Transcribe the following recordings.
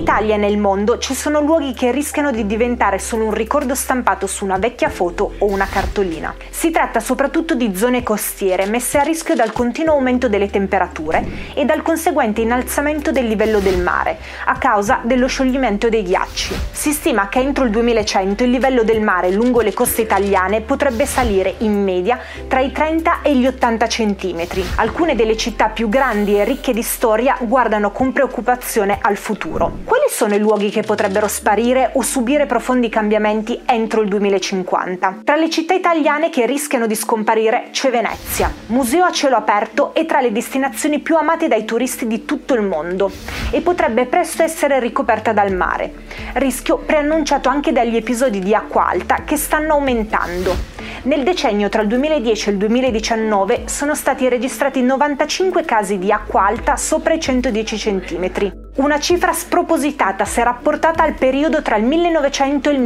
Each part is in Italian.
Italia e nel mondo ci sono luoghi che rischiano di diventare solo un ricordo stampato su una vecchia foto o una cartolina. Si tratta soprattutto di zone costiere messe a rischio dal continuo aumento delle temperature e dal conseguente innalzamento del livello del mare a causa dello scioglimento dei ghiacci. Si stima che entro il 2100 il livello del mare lungo le coste italiane potrebbe salire in media tra i 30 e gli 80 centimetri. Alcune delle città più grandi e ricche di storia guardano con preoccupazione al futuro. Quali sono i luoghi che potrebbero sparire o subire profondi cambiamenti entro il 2050? Tra le città italiane che rischiano di scomparire c'è Venezia, museo a cielo aperto e tra le destinazioni più amate dai turisti di tutto il mondo, e potrebbe presto essere ricoperta dal mare. Rischio preannunciato anche dagli episodi di acqua alta che stanno aumentando. Nel decennio tra il 2010 e il 2019 sono stati registrati 95 casi di acqua alta sopra i 110 cm. Una cifra spropositata se rapportata al periodo tra il 1900 e il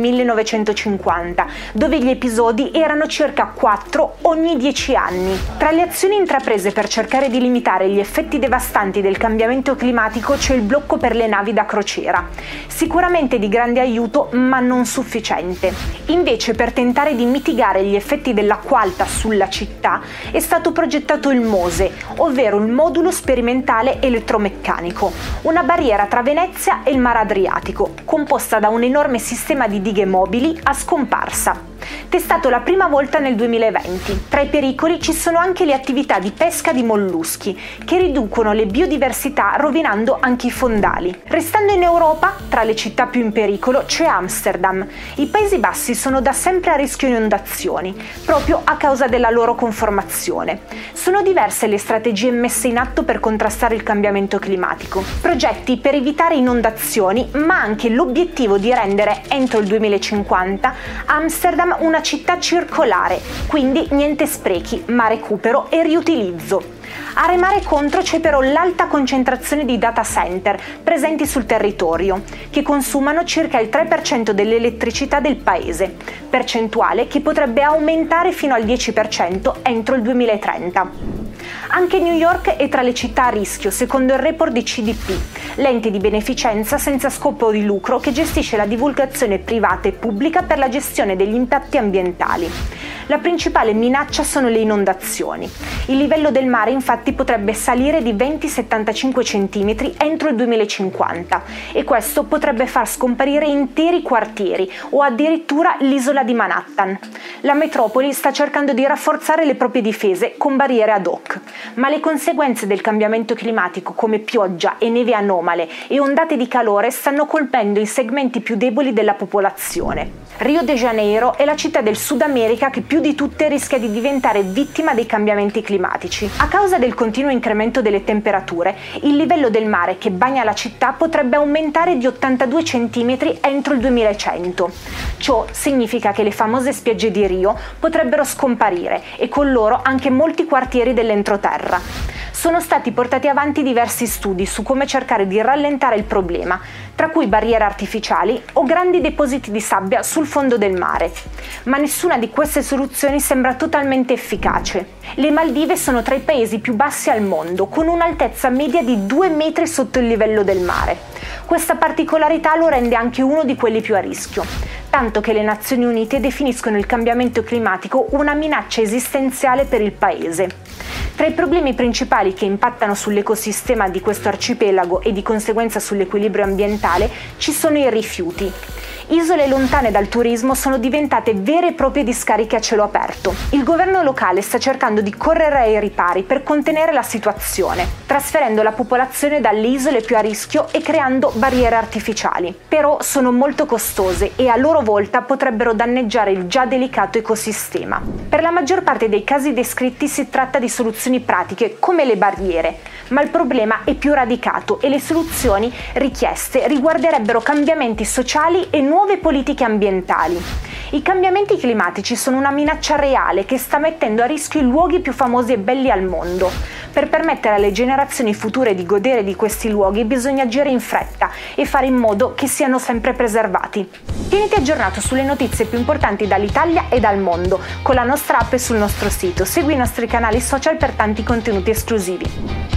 1950, dove gli episodi erano circa 4 ogni 10 anni. Tra le azioni intraprese per cercare di limitare gli effetti devastanti del cambiamento climatico c'è il blocco per le navi da crociera. Sicuramente di grande aiuto, ma non sufficiente. Invece, per tentare di mitigare gli effetti dell'acqua alta sulla città, è stato progettato il MOSE, ovvero il modulo sperimentale elettromeccanico, una barriera tra Venezia e il Mar Adriatico, composta da un enorme sistema di dighe mobili a scomparsa. Testato la prima volta nel 2020. Tra i pericoli ci sono anche le attività di pesca di molluschi, che riducono le biodiversità rovinando anche i fondali. Restando in Europa, tra le città più in pericolo c'è Amsterdam. I Paesi Bassi sono da sempre a rischio inondazioni, proprio a causa della loro conformazione. Sono diverse le strategie messe in atto per contrastare il cambiamento climatico. Progetti per evitare inondazioni, ma anche l'obiettivo di rendere entro il 2050 Amsterdam una città circolare, quindi niente sprechi, ma recupero e riutilizzo. A remare contro c'è però l'alta concentrazione di data center presenti sul territorio, che consumano circa il 3% dell'elettricità del paese, percentuale che potrebbe aumentare fino al 10% entro il 2030. Anche New York è tra le città a rischio, secondo il report di CDP, l'ente di beneficenza senza scopo di lucro che gestisce la divulgazione privata e pubblica per la gestione degli impatti ambientali. La principale minaccia sono le inondazioni. Il livello del mare infatti potrebbe salire di 20-75 cm entro il 2050 e questo potrebbe far scomparire interi quartieri o addirittura l'isola di Manhattan. La metropoli sta cercando di rafforzare le proprie difese con barriere ad hoc, ma le conseguenze del cambiamento climatico come pioggia e neve anomale e ondate di calore stanno colpendo i segmenti più deboli della popolazione. Rio de Janeiro è la città del Sud America che più di tutte rischia di diventare vittima dei cambiamenti climatici. A causa del continuo incremento delle temperature, il livello del mare che bagna la città potrebbe aumentare di 82 cm entro il 2100. Ciò significa che le famose spiagge di Rio potrebbero scomparire e con loro anche molti quartieri dell'entroterra. Sono stati portati avanti diversi studi su come cercare di rallentare il problema, tra cui barriere artificiali o grandi depositi di sabbia sul fondo del mare. Ma nessuna di queste soluzioni sembra totalmente efficace. Le Maldive sono tra i paesi più bassi al mondo, con un'altezza media di 2 metri sotto il livello del mare. Questa particolarità lo rende anche uno di quelli più a rischio, tanto che le Nazioni Unite definiscono il cambiamento climatico una minaccia esistenziale per il paese. Tra i problemi principali che impattano sull'ecosistema di questo arcipelago e di conseguenza sull'equilibrio ambientale ci sono i rifiuti. Isole lontane dal turismo sono diventate vere e proprie discariche a cielo aperto. Il governo locale sta cercando di correre ai ripari per contenere la situazione, trasferendo la popolazione dalle isole più a rischio e creando barriere artificiali. Però sono molto costose e a loro volta potrebbero danneggiare il già delicato ecosistema. Per la maggior parte dei casi descritti si tratta di soluzioni pratiche come le barriere, ma il problema è più radicato e le soluzioni richieste riguarderebbero cambiamenti sociali e nuove politiche ambientali. I cambiamenti climatici sono una minaccia reale che sta mettendo a rischio i luoghi più famosi e belli al mondo. Per permettere alle generazioni future di godere di questi luoghi bisogna agire in fretta e fare in modo che siano sempre preservati. Tieniti aggiornato sulle notizie più importanti dall'Italia e dal mondo con la nostra app e sul nostro sito. Segui i nostri canali social per tanti contenuti esclusivi.